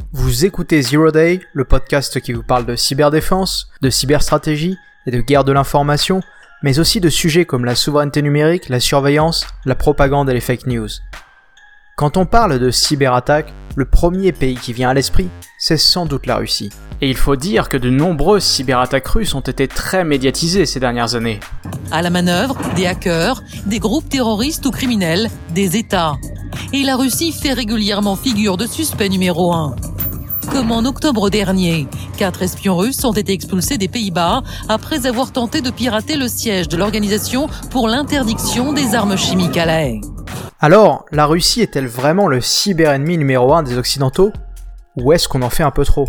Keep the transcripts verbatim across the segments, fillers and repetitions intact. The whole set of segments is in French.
Vous écoutez Zero Day, le podcast qui vous parle de cyberdéfense, de cyberstratégie et de guerre de l'information, mais aussi de sujets comme la souveraineté numérique, la surveillance, la propagande et les fake news. Quand on parle de cyberattaque, le premier pays qui vient à l'esprit, c'est sans doute la Russie. Et il faut dire que de nombreuses cyberattaques russes ont été très médiatisées ces dernières années. À la manœuvre, des hackers, des groupes terroristes ou criminels, des États. Et la Russie fait régulièrement figure de suspect numéro un. Comme en octobre dernier, quatre espions russes ont été expulsés des Pays-Bas après avoir tenté de pirater le siège de l'Organisation pour l'interdiction des armes chimiques à La Haye. Alors, la Russie est-elle vraiment le cyber-ennemi numéro un des Occidentaux ? Ou est-ce qu'on en fait un peu trop ?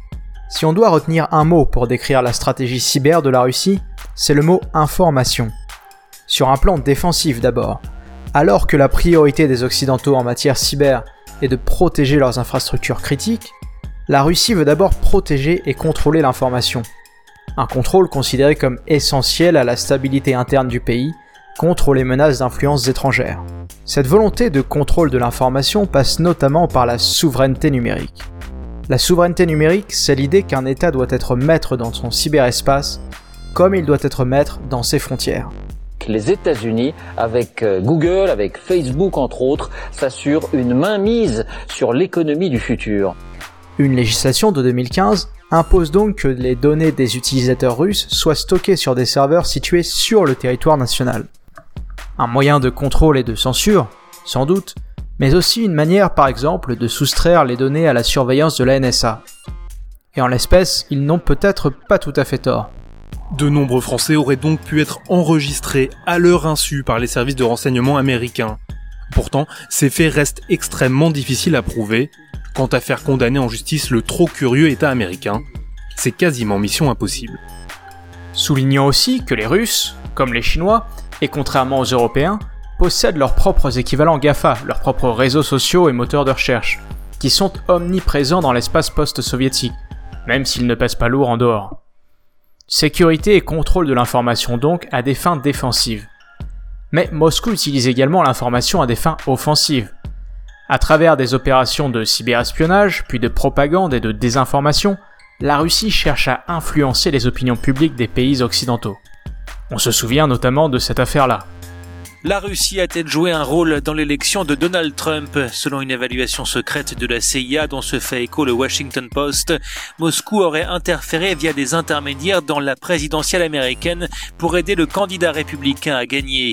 Si on doit retenir un mot pour décrire la stratégie cyber de la Russie, c'est le mot information. Sur un plan défensif d'abord, alors que la priorité des Occidentaux en matière cyber est de protéger leurs infrastructures critiques, la Russie veut d'abord protéger et contrôler l'information. Un contrôle considéré comme essentiel à la stabilité interne du pays contre les menaces d'influences étrangères. Cette volonté de contrôle de l'information passe notamment par la souveraineté numérique. La souveraineté numérique, c'est l'idée qu'un État doit être maître dans son cyberespace, comme il doit être maître dans ses frontières. Les États-Unis, avec Google, avec Facebook entre autres, s'assurent une mainmise sur l'économie du futur. Une législation de deux mille quinze impose donc que les données des utilisateurs russes soient stockées sur des serveurs situés sur le territoire national. Un moyen de contrôle et de censure, sans doute, mais aussi une manière par exemple de soustraire les données à la surveillance de la N S A. Et en l'espèce, ils n'ont peut-être pas tout à fait tort. De nombreux Français auraient donc pu être enregistrés à leur insu par les services de renseignement américains. Pourtant, ces faits restent extrêmement difficiles à prouver. Quant à faire condamner en justice le trop curieux État américain, c'est quasiment mission impossible. Soulignons aussi que les Russes, comme les Chinois, et contrairement aux Européens, possèdent leurs propres équivalents GAFA, leurs propres réseaux sociaux et moteurs de recherche, qui sont omniprésents dans l'espace post-soviétique, même s'ils ne pèsent pas lourd en dehors. Sécurité et contrôle de l'information donc à des fins défensives. Mais Moscou utilise également l'information à des fins offensives. À travers des opérations de cyberespionnage, puis de propagande et de désinformation, la Russie cherche à influencer les opinions publiques des pays occidentaux. On se souvient notamment de cette affaire-là. La Russie a-t-elle joué un rôle dans l'élection de Donald Trump ? Selon une évaluation secrète de la C I A dont se fait écho le Washington Post, Moscou aurait interféré via des intermédiaires dans la présidentielle américaine pour aider le candidat républicain à gagner.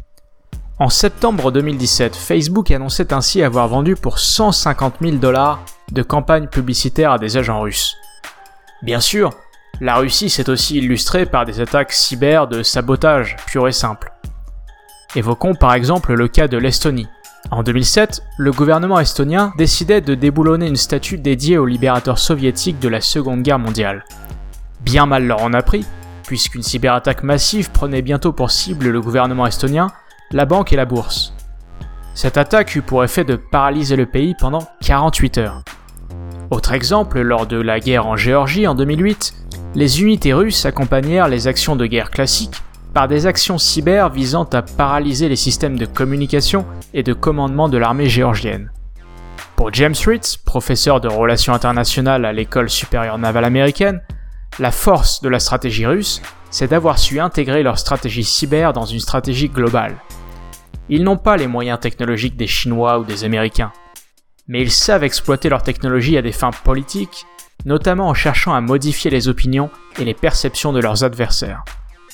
En septembre deux mille dix-sept, Facebook annonçait ainsi avoir vendu pour cent cinquante mille dollars de campagnes publicitaires à des agents russes. Bien sûr, la Russie s'est aussi illustrée par des attaques cyber de sabotage pur et simple. Évoquons par exemple le cas de l'Estonie. En deux mille sept, le gouvernement estonien décidait de déboulonner une statue dédiée aux libérateurs soviétiques de la Seconde Guerre mondiale. Bien mal leur en a pris, puisqu'une cyberattaque massive prenait bientôt pour cible le gouvernement estonien, la banque et la bourse. Cette attaque eut pour effet de paralyser le pays pendant quarante-huit heures. Autre exemple, lors de la guerre en Géorgie en deux mille huit, les unités russes accompagnèrent les actions de guerre classiques par des actions cyber visant à paralyser les systèmes de communication et de commandement de l'armée géorgienne. Pour James Ritz, professeur de relations internationales à l'école supérieure navale américaine, la force de la stratégie russe, c'est d'avoir su intégrer leur stratégie cyber dans une stratégie globale. Ils n'ont pas les moyens technologiques des Chinois ou des Américains, mais ils savent exploiter leur technologie à des fins politiques, notamment en cherchant à modifier les opinions et les perceptions de leurs adversaires.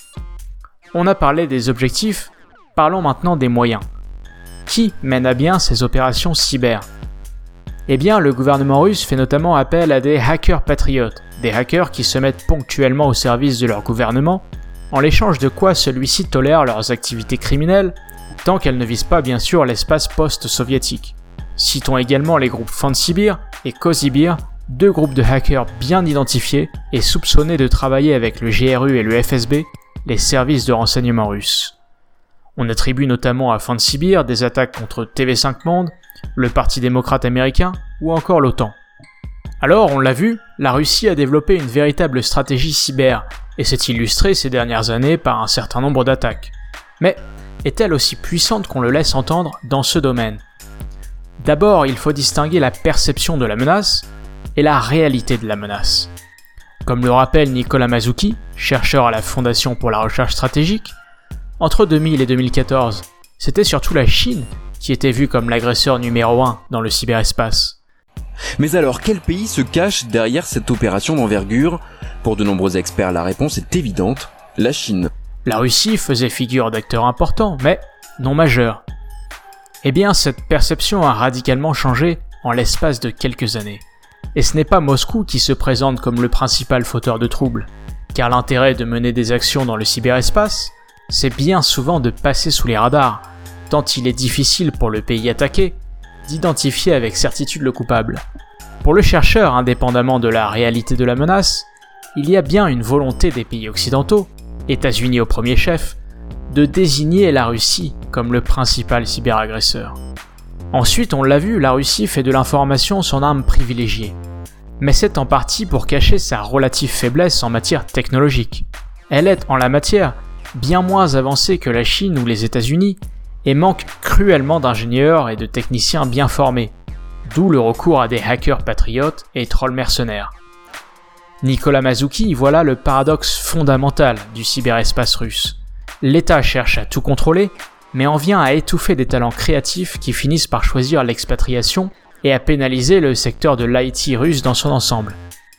On a parlé des objectifs, parlons maintenant des moyens. Qui mène à bien ces opérations cyber ? Eh bien, le gouvernement russe fait notamment appel à des hackers patriotes, des hackers qui se mettent ponctuellement au service de leur gouvernement, en l'échange de quoi celui-ci tolère leurs activités criminelles, tant qu'elles ne visent pas bien sûr l'espace post-soviétique. Citons également les groupes Fansibir et Kozibir, deux groupes de hackers bien identifiés et soupçonnés de travailler avec le G R U et le F S B, les services de renseignement russes. On attribue notamment à Fansibir des attaques contre T V cinq Monde, le Parti démocrate américain ou encore l'OTAN. Alors, on l'a vu, la Russie a développé une véritable stratégie cyber et s'est illustrée ces dernières années par un certain nombre d'attaques. Mais est-elle aussi puissante qu'on le laisse entendre dans ce domaine ? D'abord, il faut distinguer la perception de la menace et la réalité de la menace. Comme le rappelle Nicolas Mazzucchi, chercheur à la Fondation pour la recherche stratégique, entre deux mille et deux mille quatorze, c'était surtout la Chine qui était vue comme l'agresseur numéro un dans le cyberespace. Mais alors, quel pays se cache derrière cette opération d'envergure ? Pour de nombreux experts, la réponse est évidente, la Chine. La Russie faisait figure d'acteur important, mais non majeur. Eh bien, cette perception a radicalement changé en l'espace de quelques années. Et ce n'est pas Moscou qui se présente comme le principal fauteur de troubles, car l'intérêt de mener des actions dans le cyberespace, c'est bien souvent de passer sous les radars, tant il est difficile pour le pays attaqué d'identifier avec certitude le coupable. Pour le chercheur, indépendamment de la réalité de la menace, il y a bien une volonté des pays occidentaux, États-Unis au premier chef, de désigner la Russie comme le principal cyberagresseur. Ensuite, on l'a vu, la Russie fait de l'information son arme privilégiée. Mais c'est en partie pour cacher sa relative faiblesse en matière technologique. Elle est, en la matière, bien moins avancée que la Chine ou les États-Unis et manque cruellement d'ingénieurs et de techniciens bien formés, d'où le recours à des hackers patriotes et trolls mercenaires. Nicolas Mazzucchi y voilà le paradoxe fondamental du cyberespace russe. L'État cherche à tout contrôler, mais en vient à étouffer des talents créatifs qui finissent par choisir l'expatriation et à pénaliser le secteur de l'I T russe dans son ensemble.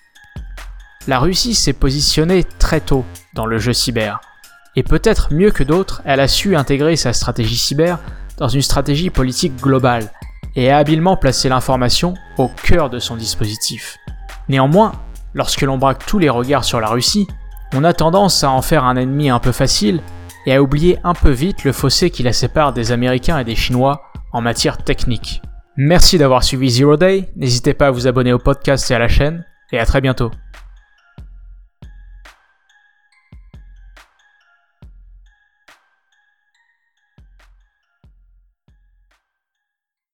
La Russie s'est positionnée très tôt dans le jeu cyber, et peut-être mieux que d'autres, elle a su intégrer sa stratégie cyber dans une stratégie politique globale, et a habilement placé l'information au cœur de son dispositif. Néanmoins, lorsque l'on braque tous les regards sur la Russie, on a tendance à en faire un ennemi un peu facile et à oublier un peu vite le fossé qui la sépare des Américains et des Chinois en matière technique. Merci d'avoir suivi Zero Day, n'hésitez pas à vous abonner au podcast et à la chaîne, et à très bientôt.